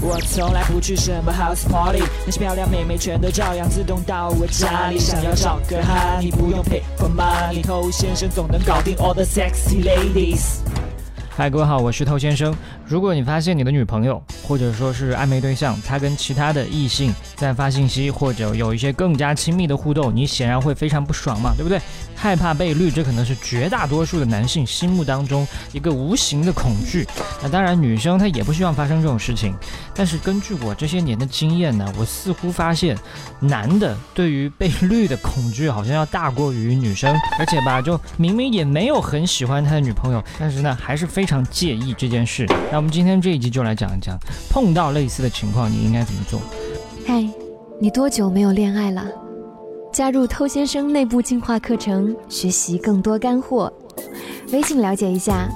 我从来不去什么 house party， 那些漂亮妹妹全都照样自动到我家里。想要找个哈，你不用 pay for money， 偷先生总能搞定 all the sexy ladies。 嗨，各位好，我是透先生。如果你发现你的女朋友或者说是暧昧对象，她跟其他的异性在发信息或者有一些更加亲密的互动，你显然会非常不爽嘛，对不对？害怕被绿，这可能是绝大多数的男性心目当中一个无形的恐惧。那当然，女生她也不希望发生这种事情，但是根据我这些年的经验呢，我似乎发现男的对于被绿的恐惧好像要大过于女生，而且吧，就明明也没有很喜欢他的女朋友，但是呢，还是非常介意这件事。那我们今天这一集就来讲一讲，碰到类似的情况，你应该怎么做。 嗨，你多久没有恋爱了？加入透先生内部进化课程，学习更多干货。微信了解一下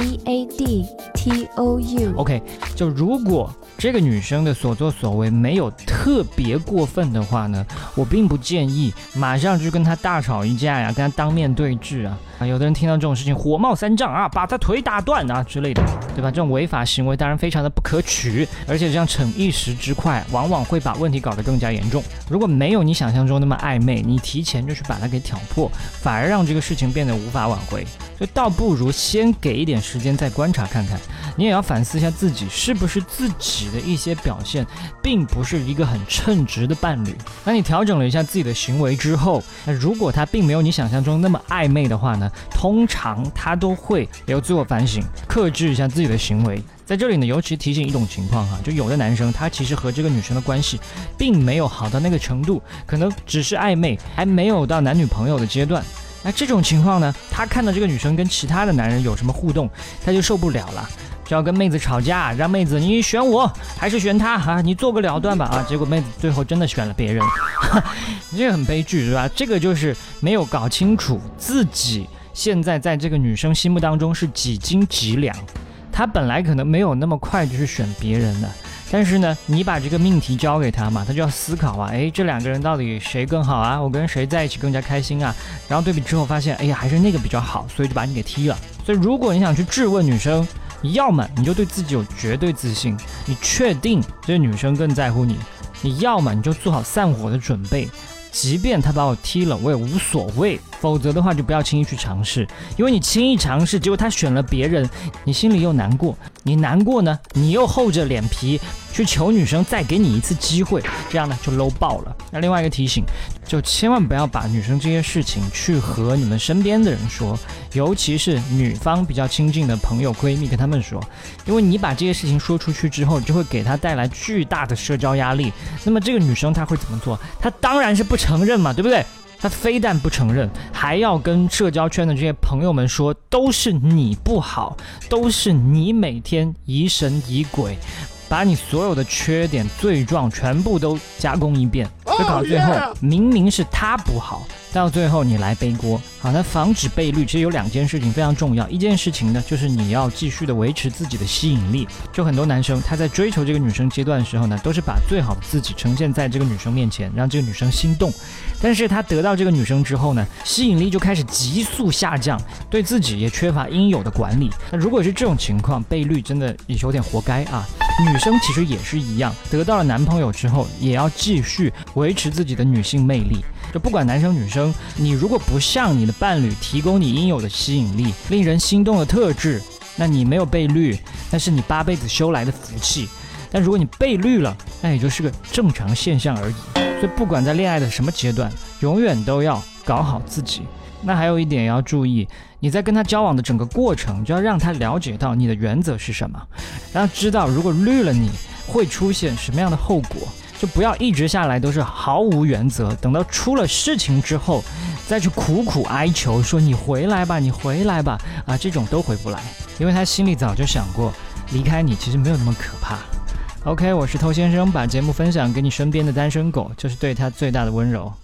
BADTOU。 OK， 就如果这个女生的所作所为没有特别过分的话呢，我并不建议马上就跟她大吵一架呀，跟她当面对质啊。有的人听到这种事情火冒三丈啊，把她腿打断啊之类的，对吧？这种违法行为当然非常的不可取，而且这样逞一时之快，往往会把问题搞得更加严重。如果没有你想象中那么暧昧，你提前就去把它给挑破，反而让这个事情变得无法挽回。所以倒不如先给一点时间再观察看看，你也要反思一下自己是不是自己的一些表现并不是一个很称职的伴侣。那你调整了一下自己的行为之后，那如果他并没有你想象中那么暧昧的话呢，通常他都会有自我反省，克制一下自己的行为。在这里呢，尤其提醒一种情况哈，就有的男生他其实和这个女生的关系并没有好到那个程度，可能只是暧昧，还没有到男女朋友的阶段。那这种情况呢，他看到这个女生跟其他的男人有什么互动，他就受不了了，就要跟妹子吵架，让妹子你选我还是选他啊？你做个了断吧啊！结果妹子最后真的选了别人，这个很悲剧是吧？这个就是没有搞清楚自己现在在这个女生心目当中是几斤几两。她本来可能没有那么快就去选别人的，但是呢，你把这个命题交给他嘛，他就要思考啊，这两个人到底谁更好啊？我跟谁在一起更加开心啊？然后对比之后发现，还是那个比较好，所以就把你给踢了。所以如果你想去质问女生，要么你就对自己有绝对自信，你确定这个女生更在乎你；你要么你就做好散伙的准备，即便她把我踢了，我也无所谓。否则的话就不要轻易去尝试，因为你轻易尝试，结果他选了别人，你心里又难过，你难过呢，你又厚着脸皮去求女生再给你一次机会，这样呢就 low 爆了。那另外一个提醒，就千万不要把女生这些事情去和你们身边的人说，尤其是女方比较亲近的朋友闺蜜跟他们说，因为你把这些事情说出去之后，就会给她带来巨大的社交压力。那么这个女生她会怎么做？她当然是不承认嘛，对不对？他非但不承认，还要跟社交圈的这些朋友们说，都是你不好，都是你每天疑神疑鬼，把你所有的缺点罪状全部都加工一遍，就搞到最后明明是他不好，到最后你来背锅。好，那防止被绿其实有两件事情非常重要。一件事情呢，就是你要继续的维持自己的吸引力。就很多男生他在追求这个女生阶段的时候呢，都是把最好的自己呈现在这个女生面前，让这个女生心动。但是他得到这个女生之后呢，吸引力就开始急速下降，对自己也缺乏应有的管理。那如果是这种情况，被绿真的也有点活该啊。女生其实也是一样，得到了男朋友之后，也要继续维持自己的女性魅力。就不管男生女生，你如果不向你的伴侣提供你应有的吸引力、令人心动的特质，那你没有被绿，那是你8辈子修来的福气。但如果你被绿了，那也就是个正常现象而已。所以不管在恋爱的什么阶段，永远都要搞好自己。那还有一点也要注意，你在跟他交往的整个过程，就要让他了解到你的原则是什么，让他知道如果绿了你会出现什么样的后果。就不要一直下来都是毫无原则，等到出了事情之后再去苦苦哀求说你回来吧，你回来吧啊，这种都回不来，因为他心里早就想过离开你其实没有那么可怕。 OK， 我是透先生，把节目分享给你身边的单身狗，就是对他最大的温柔。